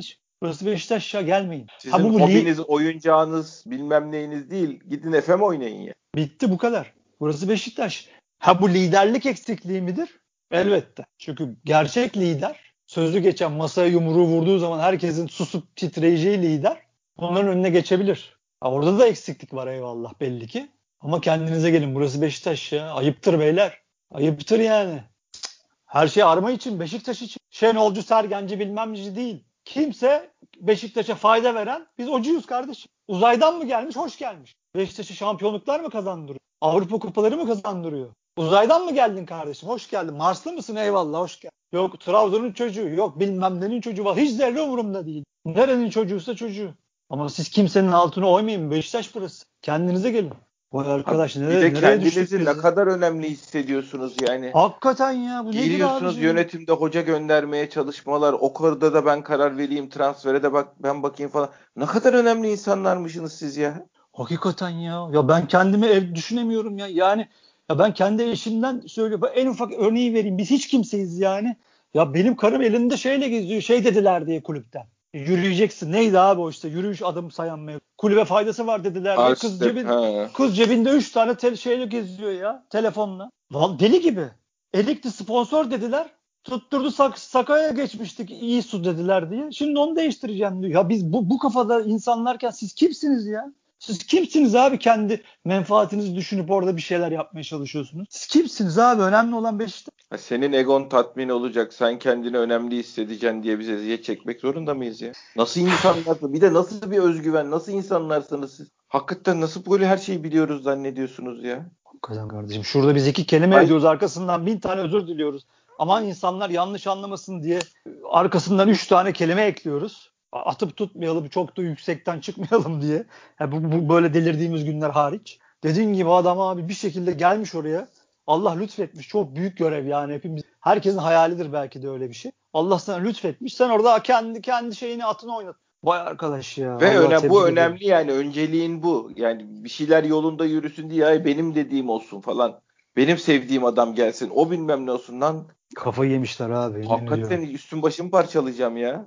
Burası Beşiktaş ya, gelmeyin. Sizin hobiniz, oyuncağınız, bilmem neyiniz değil. Gidin FM oynayın ya. Bitti, bu kadar. Burası Beşiktaş. Bu liderlik eksikliği midir? Elbette. Çünkü gerçek lider, sözü geçen, masaya yumruğu vurduğu zaman herkesin susup titreyeceği lider bunların önüne geçebilir. Orada da eksiklik var, eyvallah, belli ki. Ama kendinize gelin, burası Beşiktaş ya. Ayıptır beyler. Ayıptır yani. Her şey arma için, Beşiktaş için. Şenolcu, Sergenci, bilmem neci değil. Kimse Beşiktaş'a fayda veren, biz ocuyuz kardeşim. Uzaydan mı gelmiş? Hoş gelmiş. Beşiktaş'a şampiyonluklar mı kazandırıyor? Avrupa kupaları mı kazandırıyor? Uzaydan mı geldin kardeşim? Hoş geldin. Marslı mısın? Eyvallah, hoş geldin. Yok Trabzon'un çocuğu, yok bilmem nenin çocuğu var. Hiç zerre umurumda değil. Nerenin çocuğuysa çocuğu. Ama siz kimsenin altına oymayın. Beşiktaş burası. Kendinize gelin. Vay arkadaş, Bir de nereye düştük kendinizi biz ne ya? kadar önemli hissediyorsunuz yani. Hakikaten ya, bu nedir Geliyorsunuz abiciğim? yönetimde hoca göndermeye çalışmalar. O konuda da ben karar vereyim, transfere de ben bakayım falan. Ne kadar önemli insanlarmışsınız siz ya. Hakikaten ya. Ya ben kendimi ev düşünemiyorum ya. Yani ya ben kendi eşimden söylüyorum. En ufak örneği vereyim. Biz hiç kimseyiz yani. Ya benim karım elinde şeyle geziyor. Şey dediler diye kulüpten. Yürüyeceksin. Neydi abi o işte? Yürüyüş adım sayan mevzu. Kulübe faydası var dediler diye. Step, ha. Kız cebinde 3 tane şeyle geziyor ya. Telefonla. Vallahi deli gibi. Erikli sponsor dediler. Tutturdu Sakaya geçmiştik, iyi su dediler diye. Şimdi onu değiştireceğim diyor. Ya biz bu kafada insanlarken siz kimsiniz ya? Siz kimsiniz abi, kendi menfaatinizi düşünüp orada bir şeyler yapmaya çalışıyorsunuz? Siz kimsiniz abi? Önemli olan Beşiktaş. Senin egon tatmin olacak, sen kendini önemli hissedeceksin diye bize eziyet çekmek zorunda mıyız ya? Nasıl insanlar, bir de nasıl bir özgüven, nasıl insanlarsınız siz? Hakikaten nasıl böyle her şeyi biliyoruz zannediyorsunuz ya? Hakikaten kardeşim, şurada biz 2 kelime Ay, ediyoruz, arkasından 1000 tane özür diliyoruz. Aman insanlar yanlış anlamasın diye arkasından 3 tane kelime ekliyoruz. Atıp tutmayalım, çok da yüksekten çıkmayalım diye. Yani bu böyle delirdiğimiz günler hariç. Dediğin gibi adam abi bir şekilde gelmiş oraya. Allah lütfetmiş. Çok büyük görev yani, hepimiz. Herkesin hayalidir belki de öyle bir şey. Allah sana lütfetmiş. Sen orada kendi şeyini, atını oynat. Vay arkadaş ya. ve Allah bu tebrik ediyorum. önemli yani, önceliğin bu. Yani bir şeyler yolunda yürüsün diye ay benim dediğim olsun falan. Benim sevdiğim adam gelsin. O bilmem ne olsun lan. Kafayı yemişler abi, yemin ediyorum. Hakikaten üstüm başımı parçalayacağım ya.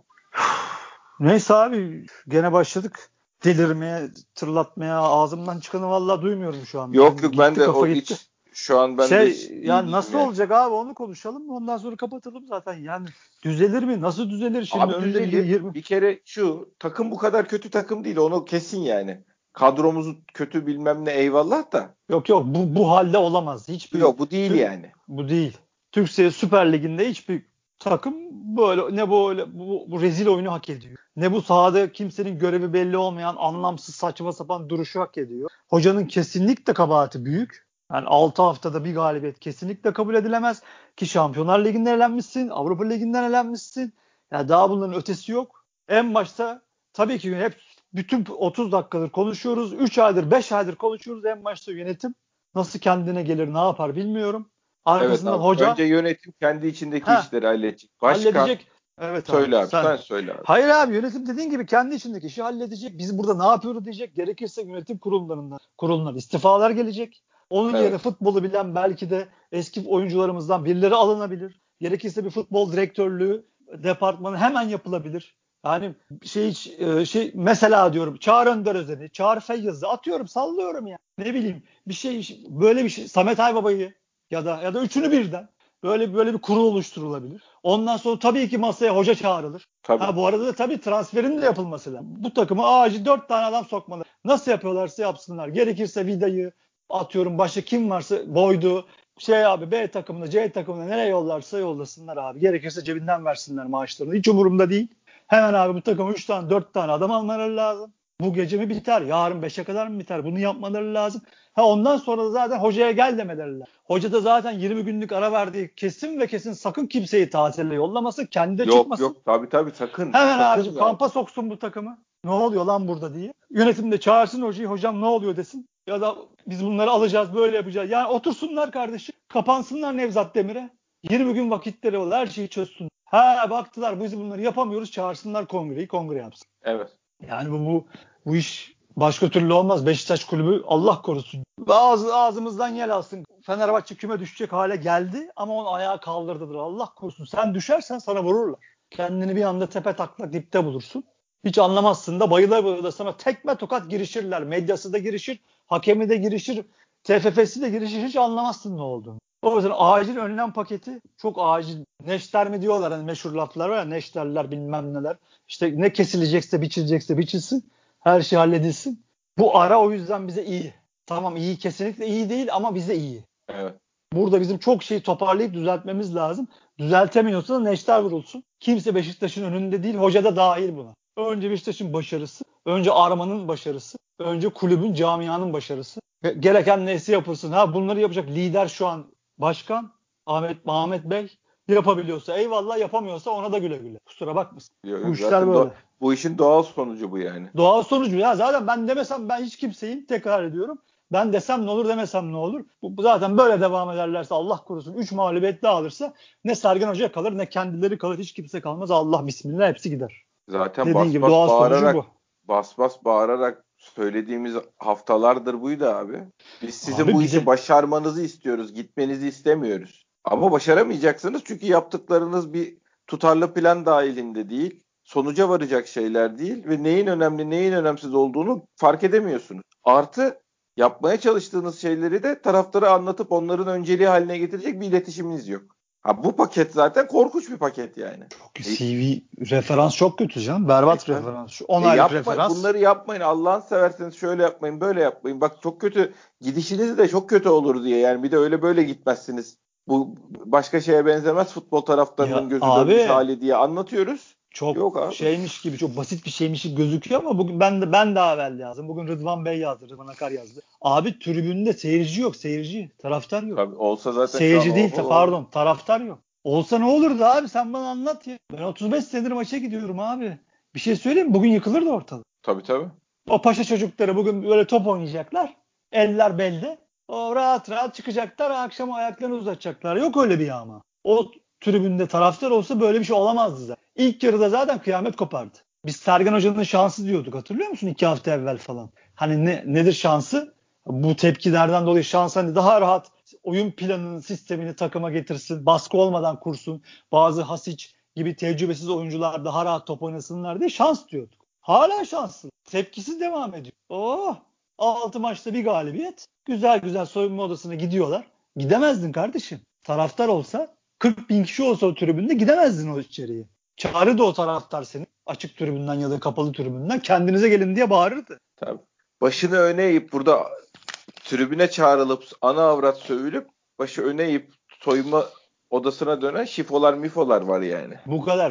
Neyse abi, gene başladık delirmeye, tırlatmaya. Ağzımdan çıkanı vallahi duymuyorum şu anda. Yok Yani yok, ben gitti, de kafa gitti. şu an ben de iyi Yani değilim nasıl yani. olacak abi, onu konuşalım. Ondan sonra kapatalım zaten. Yani düzelir mi? Nasıl düzelir? Şimdi Abi önünde bir düzelir. 20. Bir kere şu takım bu kadar kötü takım değil. Onu kesin yani. Kadromuzu kötü bilmem ne, eyvallah da. Yok yok, bu halde olamaz. Hiçbir Yok, bu değil yani. bu değil. Türkiye Süper Ligi'nde hiçbir takım böyle, ne böyle bu rezil oyunu hak ediyor. Ne bu sahada kimsenin görevi belli olmayan anlamsız saçma sapan duruşu hak ediyor. Hocanın kesinlikle kabahati büyük. Yani 6 haftada bir galibiyet kesinlikle kabul edilemez ki Şampiyonlar Ligi'nden elenmişsin, Avrupa Ligi'nden elenmişsin. Yani daha bunların ötesi yok. En başta tabii ki hep bütün 30 dakikadır konuşuyoruz. 3 aydır, 5 aydır konuşuyoruz. En başta yönetim nasıl kendine gelir, ne yapar bilmiyorum. Evet Arkasından abi. hoca Önce yönetim kendi içindeki ha işleri halledecek. Başkan, halledecek. Evet abi. söyle abi, sen söyle abi. Hayır abi, yönetim dediğin gibi kendi içindeki işi halledecek. Biz burada ne yapıyoruz diyecek. Gerekirse yönetim kurulundan istifalar gelecek. Onun yerine Evet. futbolu bilen belki de eski oyuncularımızdan birileri alınabilir. Gerekirse bir futbol direktörlüğü departmanı hemen yapılabilir. Yani mesela diyorum, Çağrı Önder Özen'i, Çağrı Feyyaz'ı atıyorum, sallıyorum ya. Ne bileyim, böyle bir şey, Samet Aybaba'yı ya da üçünü birden böyle bir kurul oluşturulabilir. Ondan sonra tabii ki masaya hoca çağrılır. Tabii. Bu arada da tabii transferin de yapılması lazım. Bu takıma acil 4 tane adam sokmalı. Nasıl yapıyorlarsa yapsınlar. Gerekirse Vida'yı, atıyorum, başka kim varsa Boyd'u, abi B takımına, C takımına, nereye yollarsa yollasınlar abi. Gerekirse cebinden versinler maaşlarını. Hiç umurumda değil. Hemen abi bu takıma 3 tane 4 tane adam almaları lazım. Bu gece mi biter? Yarın 5'e kadar mı biter? Bunu yapmaları lazım. Ondan sonra da zaten hocaya gel demeleri lazım. Hoca da zaten 20 günlük ara verdiği kesin ve kesin, sakın kimseyi tatile yollamasın. Kendi de Yok çıkmasın. yok, tabii sakın. Hemen Sakın abicim yani. kampa soksun bu takımı. Ne oluyor lan burada diye. Yönetim de çağırsın hocayı. Hocam ne oluyor desin. Ya da biz bunları alacağız, böyle yapacağız. Yani otursunlar kardeşim. Kapansınlar Nevzat Demir'e. 20 gün vakitleri var. Her şeyi çözsün. Baktılar biz bunları yapamıyoruz. Çağırsınlar kongreyi. Kongre yapsın. Evet. Yani bu iş başka türlü olmaz. Beşiktaş kulübü Allah korusun. Ağzımızdan yel alsın. Fenerbahçe küme düşecek hale geldi ama onu ayağa kaldırdılar. Allah korusun. Sen düşersen sana vururlar. Kendini bir anda tepe taklak dipte bulursun. Hiç anlamazsın da bayıla bayıla sana tekme tokat girişirler. Medyası da girişir, hakemi de girişir, TFF'si de girişir. Hiç anlamazsın ne olduğunu. O yüzden acil önlem paketi çok acil. Neşter mi diyorlar, hani meşhur laflar var ya, neşterler bilmem neler. İşte ne kesilecekse biçilecekse biçilsin. Her şey halledilsin. Bu ara o yüzden bize iyi. Tamam, iyi, kesinlikle iyi değil ama bize iyi. Evet. Burada bizim çok şeyi toparlayıp düzeltmemiz lazım. Düzeltemiyorsa da neşter vurulsun. Kimse Beşiktaş'ın önünde değil. Hoca da dahil buna. Önce Beşiktaş'ın başarısı. Önce Arman'ın başarısı. Önce kulübün, camianın başarısı. Gereken neyse yapılsın. Ha, bunları yapacak lider şu an başkan Ahmet Bey. Yapabiliyorsa eyvallah, yapamıyorsa ona da güle güle. Kusura bakmasın. Bu işler Zaten böyle. bu işin doğal sonucu bu yani. Doğal sonucu ya, zaten ben demesem ben hiç kimseyim, tekrar ediyorum. Ben desem ne olur, demesem ne olur. Bu zaten böyle devam ederlerse Allah korusun 3 mağlubiyet daha alırsa ne Sergen Hoca kalır ne kendileri kalır, hiç kimse kalmaz. Allah bismillah, hepsi gider. Zaten Dediğin gibi doğal sonucu bu. bas bağırarak söylediğimiz haftalardır buydu abi. Biz sizin Abi bu bir işi de başarmanızı istiyoruz, gitmenizi istemiyoruz. Ama başaramayacaksınız çünkü yaptıklarınız bir tutarlı plan dahilinde değil, sonuca varacak şeyler değil ve neyin önemli, neyin önemsiz olduğunu fark edemiyorsunuz. Artı yapmaya çalıştığınız şeyleri de taraftara anlatıp onların önceliği haline getirecek bir iletişiminiz yok. Ha, bu paket zaten korkunç bir paket yani. CV referans çok kötü canım. Berbat referans. Şu 10 aylık Yapmayın, referans. bunları yapmayın. Allah'ını severseniz şöyle yapmayın, böyle yapmayın. Bak çok kötü, gidişiniz de çok kötü olur diye. Yani bir de öyle böyle gitmezsiniz. Bu başka şeye benzemez, futbol taraftarının Ya gözü dönmüş abi, hali diye anlatıyoruz. çok Yok abi. şeymiş gibi, çok basit bir şeymiş gibi gözüküyor ama bugün ben daha evvel yazdım. Bugün Rıdvan Bey yazdı, Rıdvan Akar yazdı. Abi tribünde seyirci yok, seyirci. Taraftar yok. Tabii olsa zaten şu an Seyirci değil, o. pardon, taraftar yok. Olsa ne olurdu abi, sen bana anlat ya. Ben 35 senedir maça gidiyorum abi. Bir şey söyleyeyim mi? Bugün yıkılırdı ortalık. Tabii. O paşa çocukları bugün böyle top oynayacaklar. Eller belde. O rahat rahat çıkacaklar. Akşam ayaklarını uzatacaklar. Yok öyle bir yağma. O tribünde taraftar olsa böyle bir şey olamazdı zaten. İlk yarıda zaten kıyamet kopardı. Biz Sergen Hoca'nın şansı diyorduk, hatırlıyor musun? 2 hafta evvel falan. Hani nedir şansı? Bu tepkilerden dolayı şans, hani daha rahat oyun planının sistemini takıma getirsin. Baskı olmadan kursun. Bazı Hasic gibi tecrübesiz oyuncular daha rahat top oynasınlar diye şans diyorduk. Hala şanslı. Tepkisiz devam ediyor. Oh! 6 maçta bir galibiyet. Güzel güzel soyunma odasına gidiyorlar. Gidemezdin kardeşim. Taraftar olsa, 40 bin kişi olsa o tribünde, gidemezdin o içeriye. Çağırırdı o taraftar seni. Açık tribünden ya da kapalı tribünden. Kendinize gelin diye bağırırdı. Tabii. Başını öne eğip burada tribüne çağrılıp ana avrat sövülüp başı öne eğip soyunma odasına dönen şifolar mifolar var yani. Bu kadar.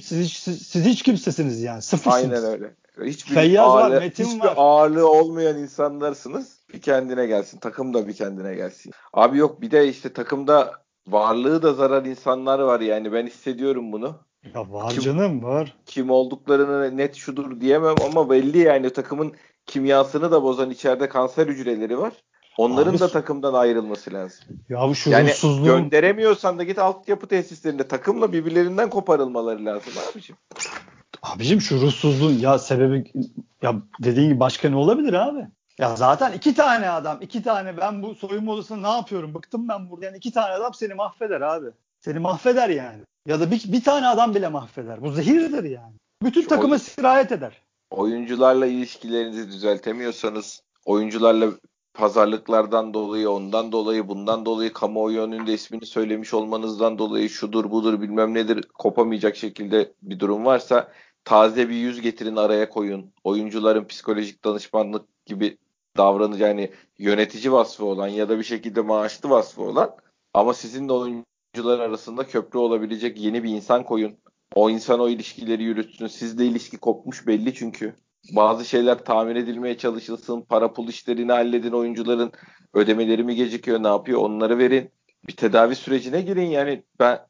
Siz hiç kimsesiniz yani. Aynen Sıfırsınız. öyle. Feyyaz var, Metin Hiçbir var. ağırlığı olmayan insanlarsınız. Bir kendine gelsin. Takım da bir kendine gelsin. Abi yok, bir de işte takımda varlığı da zarar insanlar var yani. Ben hissediyorum bunu. Ya var Kim canım, var. kim olduklarını net şudur diyemem ama belli yani, takımın kimyasını da bozan içeride kanser hücreleri var. Abi Onların da takımdan ayrılması lazım. ya bu şu Yani ruhsuzluğun. gönderemiyorsan da git altyapı tesislerinde takımla birbirlerinden koparılmaları lazım abiciğim. Abicim şu ruhsuzluğun ya sebebi, ya dediğin gibi başka ne olabilir abi? Ya zaten 2 tane adam, 2 tane, ben bu soyunma odasında ne yapıyorum? Bıktım ben burada. Yani 2 tane adam seni mahveder abi. Seni mahveder yani. Ya da bir tane adam bile mahveder. Bu zehirdir yani. Bütün Şu takıma sirayet eder. oyuncularla ilişkilerinizi düzeltemiyorsanız, oyuncularla pazarlıklardan dolayı, ondan dolayı, bundan dolayı, kamuoyu önünde ismini söylemiş olmanızdan dolayı, şudur budur bilmem nedir, kopamayacak şekilde bir durum varsa taze bir yüz getirin, araya koyun. Oyuncuların psikolojik danışmanlık gibi davranıcı, yani yönetici vasfı olan ya da bir şekilde maaşlı vasfı olan ama sizinle oyuncular arasında köprü olabilecek yeni bir insan koyun. O insan o ilişkileri yürütsün. Sizle ilişki kopmuş belli çünkü. Bazı şeyler tamir edilmeye çalışılsın. Para pul işlerini halledin. Oyuncuların ödemeleri mi gecikiyor, ne yapıyor, onları verin. Bir tedavi sürecine girin yani.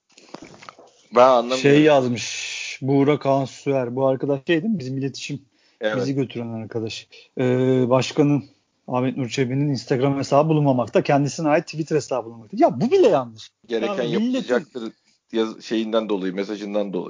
Ben Şey anlamıyorum. yazmış Buğra Kansuer. Bu arkadaş şey değil mi? Bizim iletişim, Evet. bizi götüren arkadaş. Başkanın, Ahmet Nur Çebi'nin Instagram hesabı bulunmamakta. Kendisine ait Twitter hesabı bulunmamakta. Ya bu bile yanlış. Ya Gereken milletin yapılacaktır şeyinden dolayı, mesajından dolayı o.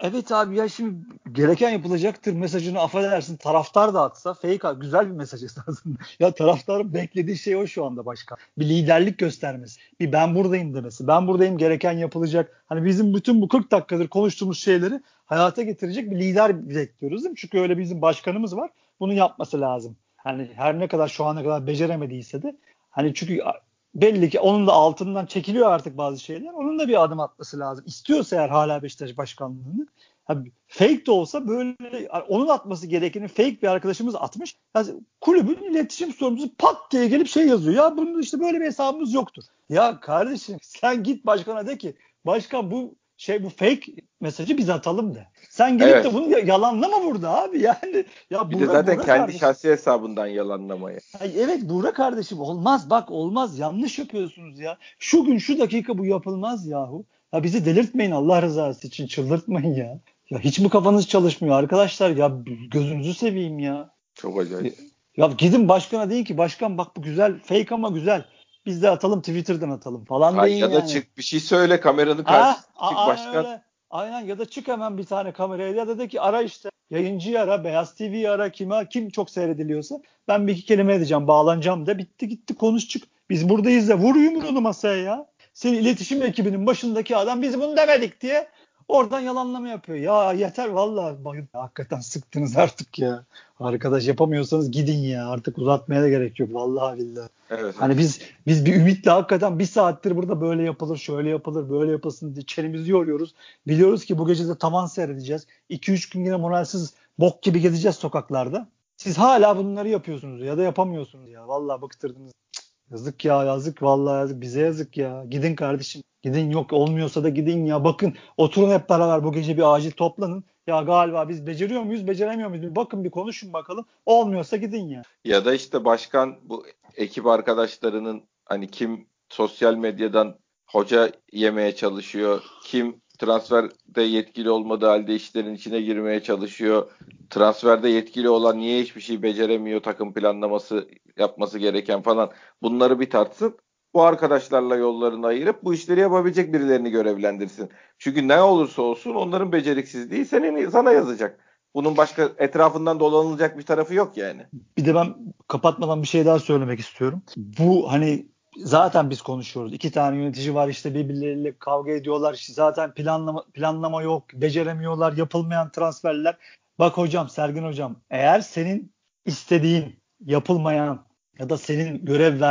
Evet abi ya şimdi gereken yapılacaktır mesajını affedersin taraftar da atsa fake güzel bir mesaj esasında. Ya taraftarın beklediği şey o şu anda başkan. Bir liderlik göstermesi. Bir ben buradayım demesi. Ben buradayım gereken yapılacak. Hani bizim bütün bu 40 dakikadır konuştuğumuz şeyleri hayata getirecek bir lider bekliyoruz değil mi? Çünkü öyle bizim başkanımız var. Bunu yapması lazım. Hani her ne kadar şu ana kadar beceremediyse de hani çünkü belli ki onun da altından çekiliyor artık bazı şeyler. Onun da bir adım atması lazım. İstiyorsa eğer hala Beşiktaş başkanlığını. Fake de olsa böyle onun atması gerekeni fake bir arkadaşımız atmış. Yani kulübün iletişim sorumlusu pat diye gelip şey yazıyor. Ya bunun işte böyle bir hesabımız yoktur. Ya kardeşim sen git başkana de ki başkan bu fake mesajı biz atalım de. Sen gelip de Evet. bunu yalanlama burada abi. Yani ya Bir de zaten Buğra kendi kardeşim. şahsi hesabından yalanlamayı. Ay evet Buğra kardeşim olmaz bak olmaz yanlış yapıyorsunuz ya. Şu gün şu dakika bu yapılmaz yahu. Ya bizi delirtmeyin Allah rızası için çıldırtmayın ya. Ya hiç mi kafanız çalışmıyor arkadaşlar ya gözünüzü seveyim ya. Çok acayip. Ya gidin başkana deyin ki başkan bak bu güzel fake ama güzel. Biz de atalım Twitter'dan atalım falan Ha, deyin ya da yani. çık bir şey söyle kameranın Ha, karşısına çık aynen başkan. öyle. Aynen ya da çık hemen bir tane kameraya ya da de ki ara işte yayıncıyı ara, Beyaz TV'yi ara kim çok seyrediliyorsa ben bir iki kelime edeceğim, bağlanacağım da bitti gitti konuş çık. Biz buradayız da vur yumruğunu masaya ya. Senin iletişim ekibinin başındaki adam biz bunu demedik diye oradan yalanlama yapıyor. Ya yeter vallahi hakikaten sıktınız artık ya. Arkadaş yapamıyorsanız gidin ya. Artık uzatmaya da gerek yok vallahi billahi. Evet, Hani evet. biz bir ümitle hakikaten bir saattir burada böyle yapılır, şöyle yapılır, böyle yapılsın diye çenemizi yoruyoruz. Biliyoruz ki bu gece de tavan seyredeceğiz. 2-3 gün yine moralsiz bok gibi gezeceğiz sokaklarda. Siz hala bunları yapıyorsunuz ya da yapamıyorsunuz ya. Vallahi bıktırdınız. Yazık ya yazık vallahi yazık bize yazık ya. Gidin kardeşim. Gidin yok olmuyorsa da gidin ya. Bakın oturun hep beraber bu gece bir acil toplanın. Ya galiba biz beceriyor muyuz beceremiyor muyuz? Bir bakın bir konuşun bakalım. Olmuyorsa gidin ya. Ya da işte başkan bu ekip arkadaşlarının hani kim sosyal medyadan hoca yemeye çalışıyor, kim transferde yetkili olmadığı halde işlerin içine girmeye çalışıyor. Transferde yetkili olan niye hiçbir şey beceremiyor, takım planlaması yapması gereken falan. Bunları bir tartsın. Bu arkadaşlarla yollarını ayırıp bu işleri yapabilecek birilerini görevlendirsin. Çünkü ne olursa olsun onların beceriksizliği sana yazacak. Bunun başka etrafından dolanılacak bir tarafı yok yani. Bir de ben kapatmadan bir şey daha söylemek istiyorum. Bu hani zaten biz konuşuyoruz. İki tane yönetici var işte birbirleriyle kavga ediyorlar. İşte zaten planlama yok. Beceremiyorlar. Yapılmayan transferler. Bak hocam Sergen hocam eğer senin istediğin yapılmayan ya da senin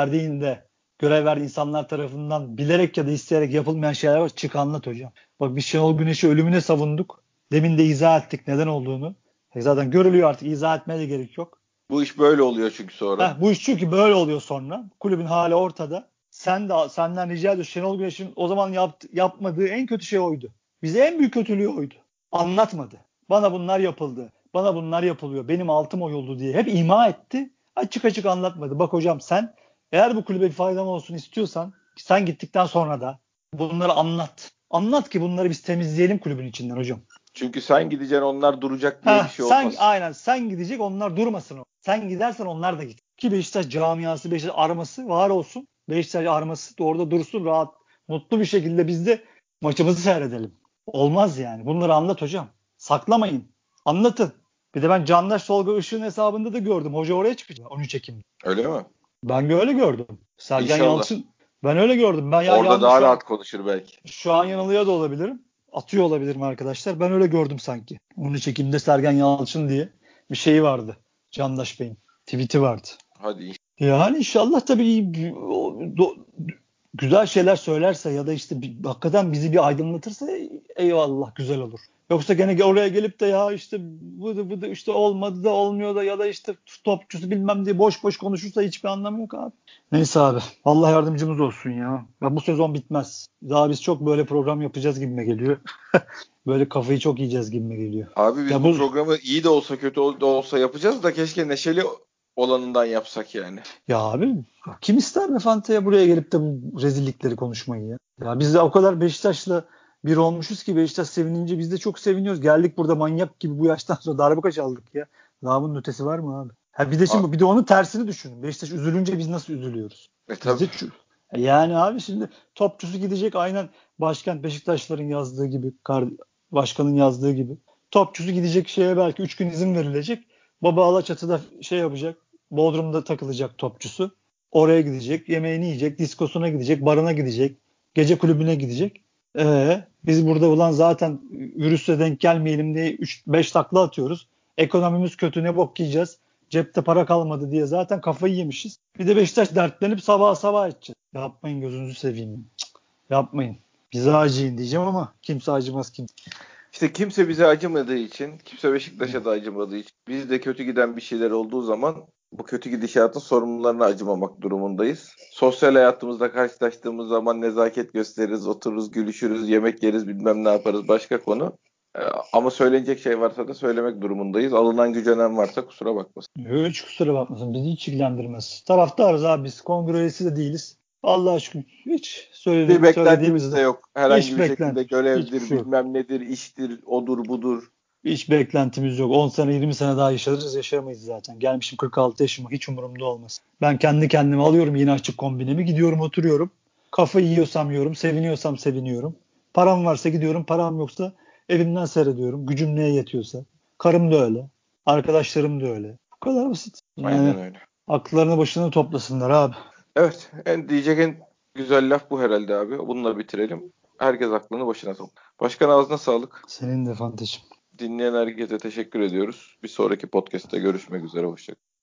görev verdiğin insanlar tarafından bilerek ya da isteyerek yapılmayan şeyler var. Çık anlat hocam. Bak biz Şenol Güneş'i ölümüne savunduk. Demin de izah ettik neden olduğunu. Zaten görülüyor artık izah etmeye de gerek yok. Bu iş böyle oluyor çünkü sonra. Bu iş çünkü böyle oluyor sonra. Kulübün hali ortada. Senden rica ediyorum. Şenol Güneş'in o zaman yapmadığı en kötü şey oydu. Bize en büyük kötülüğü oydu. Anlatmadı. Bana bunlar yapıldı. Bana bunlar yapılıyor. Benim altım oyuldu diye. Hep ima etti. Açık açık anlatmadı. Bak hocam sen eğer bu kulübe bir faydan olsun istiyorsan sen gittikten sonra da bunları anlat. Anlat ki bunları biz temizleyelim kulübün içinden hocam. Çünkü sen gideceksin onlar duracak diye bir şey olmaz. Sen gidecek onlar durmasın o. Sen gidersen onlar da git. Ki Beşiktaş camiası, Beşiktaş arması var olsun. Beşiktaş arması da orada dursun rahat, mutlu bir şekilde biz de maçımızı seyredelim. Olmaz yani. Bunları anlat hocam. Saklamayın. Anlatın. Bir de ben Candaş Tolga Işık'ın hesabında da gördüm. Hoca oraya çıkacak 13 Ekim'de. Öyle mi? Ben öyle gördüm. Sergen İnşallah. Yalçın ben öyle gördüm. Ben ya Orada yanlış daha rahat konuşur belki. şu an yanılıyor da olabilirim. Atıyor olabilirim arkadaşlar. Ben öyle gördüm sanki. 13 Ekim'de Sergen Yalçın diye bir şey vardı. Candaş Bey'in tweet'i vardı. Hadi. Yani inşallah tabii güzel şeyler söylerse ya da işte hakikaten bizi bir aydınlatırsa eyvallah güzel olur. Yoksa gene oraya gelip de ya işte bu da işte olmadı da olmuyor da ya da işte topçusu bilmem diye boş boş konuşursa hiçbir anlamı yok abi. Neyse abi. Allah yardımcımız olsun ya. Ya bu sezon bitmez. Daha biz çok böyle program yapacağız gibime geliyor. Böyle kafayı çok yiyeceğiz gibime geliyor. Abi biz Ya bu bu programı iyi de olsa kötü de olsa yapacağız da keşke neşeli olanından yapsak yani. ya abi kim ister be Fanta'ya buraya gelip de bu rezillikleri konuşmayı ya. Ya biz de o kadar Beşiktaş'la bir olmuşuz ki Beşiktaş sevinince biz de çok seviniyoruz. Geldik burada manyak gibi bu yaştan sonra darbuka çaldık ya. Daha bunun ötesi var mı abi? Ha bir de A- şimdi bir de onun tersini düşünün. Beşiktaş üzülünce biz nasıl üzülüyoruz? Biz tabii. de yani abi şimdi topçusu gidecek aynen Başkent Beşiktaşların yazdığı gibi Başkanın yazdığı gibi. Topçusu gidecek şeye belki 3 gün izin verilecek. Baba Alaçatı'da şey yapacak. Bodrum'da takılacak topçusu. Oraya gidecek. Yemeğini yiyecek. Diskosuna gidecek. Barına gidecek. Gece kulübüne gidecek. Biz burada ulan zaten virüse denk gelmeyelim diye 3-5 takla atıyoruz. Ekonomimiz kötü, ne bok yiyeceğiz. Cepte para kalmadı diye zaten kafayı yemişiz. Bir de Beşiktaş dertlenip sabah sabah edeceğiz. Yapmayın, gözünüzü seveyim. Yapmayın. Bize acıyın diyeceğim ama kimse acımaz kimse. İşte kimse bize acımadığı için, kimse Beşiktaş'a da acımadığı için, biz de kötü giden bir şeyler olduğu zaman bu kötü gidişatın sorumlularına acımamak durumundayız. Sosyal hayatımızda karşılaştığımız zaman nezaket gösteririz, otururuz, gülüşürüz, yemek yeriz, bilmem ne yaparız, başka konu. Ama söylenecek şey varsa da söylemek durumundayız. Alınan gücenen varsa kusura bakmasın. Hiç kusura bakmasın. Bizi hiç ilgilendirmez. Taraftarız abi biz. Kongre üyesi de değiliz. Allah aşkına hiç Bir beklentimiz söylediğimizde de yok. Herhangi hiç bir şekilde hiçbir görevdir, şey yok. bilmem nedir, iştir, odur budur. Hiç beklentimiz yok. 10 sene 20 sene daha yaşarız, yaşayamayız zaten. Gelmişim 46 yaşıma, hiç umurumda olmaz. Ben kendi kendime alıyorum yine açık kombinemi, gidiyorum oturuyorum. Kafayı yiyorsam yiyorum, seviniyorsam seviniyorum. Param varsa gidiyorum, param yoksa evimden seyrediyorum. Gücüm neye yetiyorsa. Karım da öyle. Arkadaşlarım da öyle. Bu kadar basit. Yani Aynen öyle. akıllarını başına toplasınlar abi. Evet, diyecek en güzel laf bu herhalde abi. Bununla bitirelim. Herkes aklını başına sok. Başkan ağzına sağlık. Senin de fantezim. Dinleyen herkese teşekkür ediyoruz. Bir sonraki podcast'te görüşmek üzere. Hoşçakalın.